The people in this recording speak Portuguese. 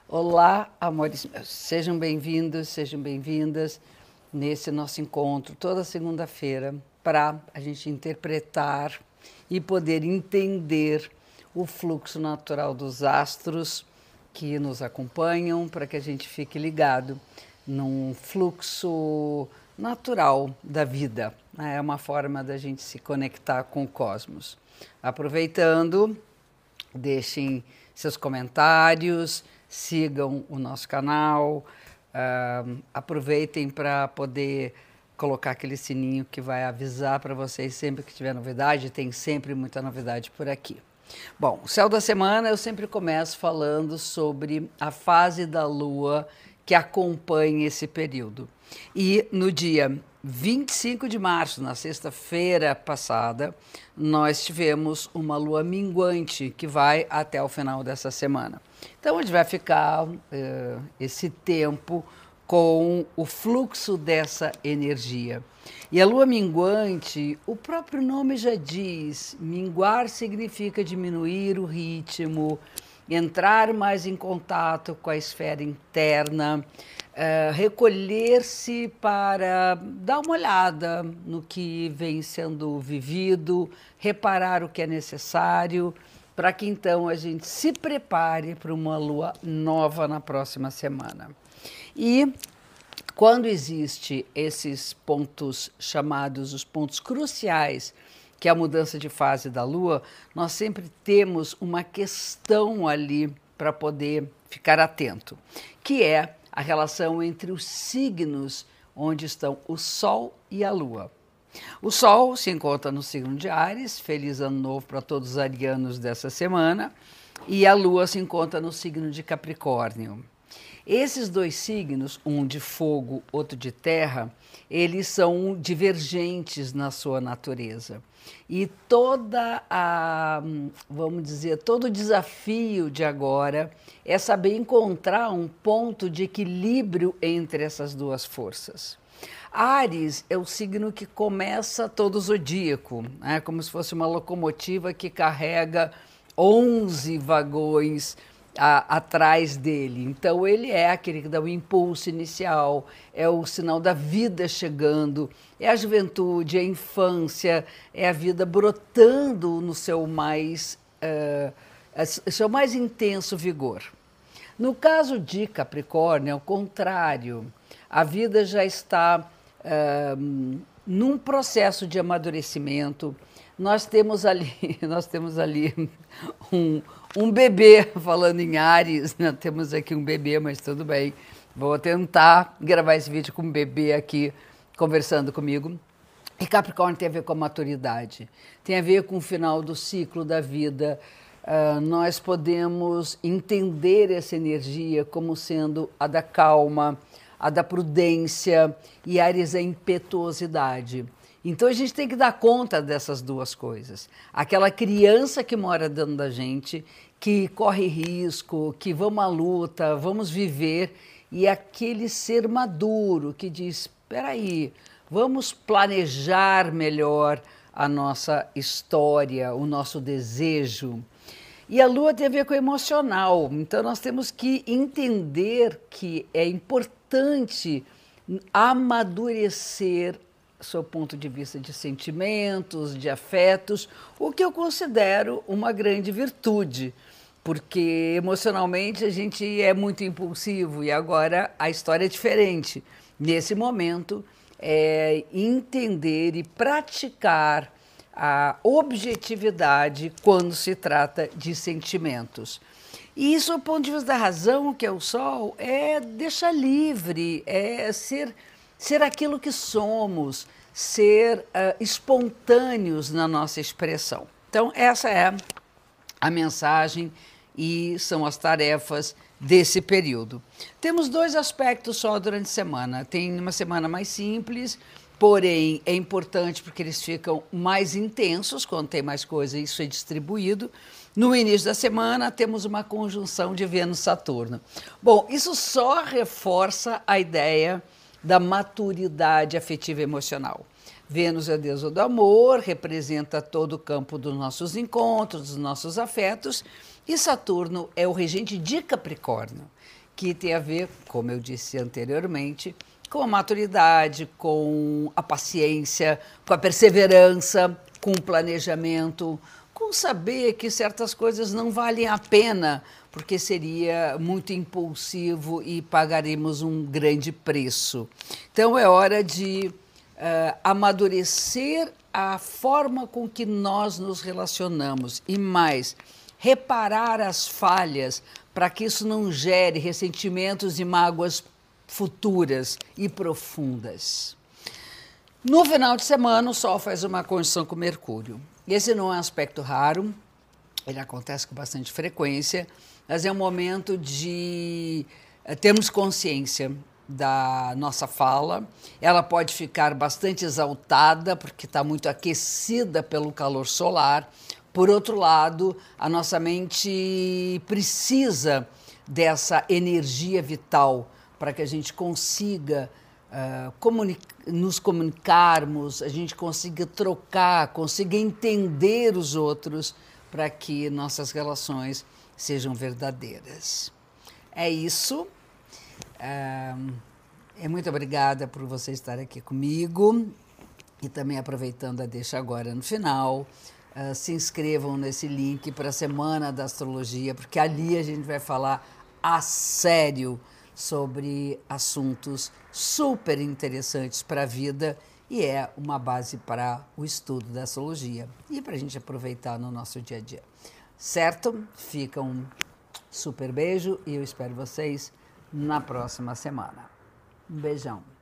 Olá, amores meus. Sejam bem-vindos, sejam bem-vindas nesse nosso encontro toda segunda-feira para a gente interpretar e poder entender o fluxo natural dos astros que nos acompanham, para que a gente fique ligado num fluxo natural da vida. É uma forma da gente se conectar com o cosmos. Aproveitando, deixem seus comentários, sigam o nosso canal, aproveitem para poder colocar aquele sininho que vai avisar para vocês sempre que tiver novidade. Tem sempre muita novidade por aqui. Bom, o céu da semana eu sempre começo falando sobre a fase da Lua que acompanha esse período. E no dia 25 de março, na sexta-feira passada, nós tivemos uma lua minguante que vai até o final dessa semana. Então a gente vai ficar esse tempo com o fluxo dessa energia. E a lua minguante, o próprio nome já diz, minguar significa diminuir o ritmo, entrar mais em contato com a esfera interna, recolher-se para dar uma olhada no que vem sendo vivido, reparar o que é necessário, para que então a gente se prepare para uma lua nova na próxima semana. E quando existe esses pontos chamados os pontos cruciais, que é a mudança de fase da Lua, nós sempre temos uma questão ali para poder ficar atento, que é a relação entre os signos onde estão o Sol e a Lua. O Sol se encontra no signo de Áries, feliz ano novo para todos os arianos dessa semana, e a Lua se encontra no signo de Capricórnio. Esses dois signos, um de fogo, outro de terra, eles são divergentes na sua natureza. E vamos dizer, todo o desafio de agora é saber encontrar um ponto de equilíbrio entre essas duas forças. Áries é o signo que começa todo o zodíaco, né? Como se fosse uma locomotiva que carrega 11 vagões atrás dele. Então ele é aquele que dá o impulso inicial, é o sinal da vida chegando, é a juventude, é a infância, é a vida brotando no seu mais intenso vigor. No caso de Capricórnio, é o contrário. A vida já está num processo de amadurecimento. Nós temos ali um bebê, falando em Áries, né? Temos aqui um bebê, mas tudo bem. Vou tentar gravar esse vídeo com um bebê aqui, conversando comigo. E Capricórnio tem a ver com a maturidade, tem a ver com o final do ciclo da vida. Nós podemos entender essa energia como sendo a da calma, a da prudência, e Áries é impetuosidade. Então a gente tem que dar conta dessas duas coisas. Aquela criança que mora dentro da gente, que corre risco, que vamos à luta, vamos viver, e aquele ser maduro que diz, espera aí, vamos planejar melhor a nossa história, o nosso desejo. E a Lua tem a ver com o emocional, então nós temos que entender que é importante amadurecer seu ponto de vista de sentimentos, de afetos, o que eu considero uma grande virtude, porque emocionalmente a gente é muito impulsivo e agora a história é diferente. Nesse momento, é entender e praticar a objetividade quando se trata de sentimentos. E isso, do ponto de vista da razão, que é o Sol, é deixar livre, é ser aquilo que somos, ser espontâneos na nossa expressão. Então, essa é a mensagem e são as tarefas desse período. Temos dois aspectos só durante a semana. Tem uma semana mais simples, porém é importante porque eles ficam mais intensos quando tem mais coisa, isso é distribuído. No início da semana temos uma conjunção de Vênus-Saturno. Bom, isso só reforça a ideia da maturidade afetiva e emocional. Vênus é a deusa do amor, representa todo o campo dos nossos encontros, dos nossos afetos, E Saturno é o regente de Capricórnio, que tem a ver, como eu disse anteriormente, com a maturidade, com a paciência, com a perseverança, com o planejamento, com saber que certas coisas não valem a pena, porque seria muito impulsivo e pagaremos um grande preço. Então é hora de amadurecer a forma com que nós nos relacionamos e mais, reparar as falhas para que isso não gere ressentimentos e mágoas futuras e profundas. No final de semana, o Sol faz uma conjunção com Mercúrio. Esse não é um aspecto raro, ele acontece com bastante frequência, mas é um momento de termos consciência da nossa fala. Ela pode ficar bastante exaltada, porque está muito aquecida pelo calor solar. Por outro lado, a nossa mente precisa dessa energia vital para que a gente consiga nos comunicarmos, a gente consiga trocar, consiga entender os outros para que nossas relações sejam verdadeiras. É isso. Muito obrigada por você estar aqui comigo e também aproveitando a deixa agora no final. Se inscrevam nesse link para a Semana da Astrologia, porque ali a gente vai falar a sério sobre assuntos super interessantes para a vida e é uma base para o estudo da astrologia e para a gente aproveitar no nosso dia a dia. Certo? Fica um super beijo e eu espero vocês na próxima semana. Um beijão.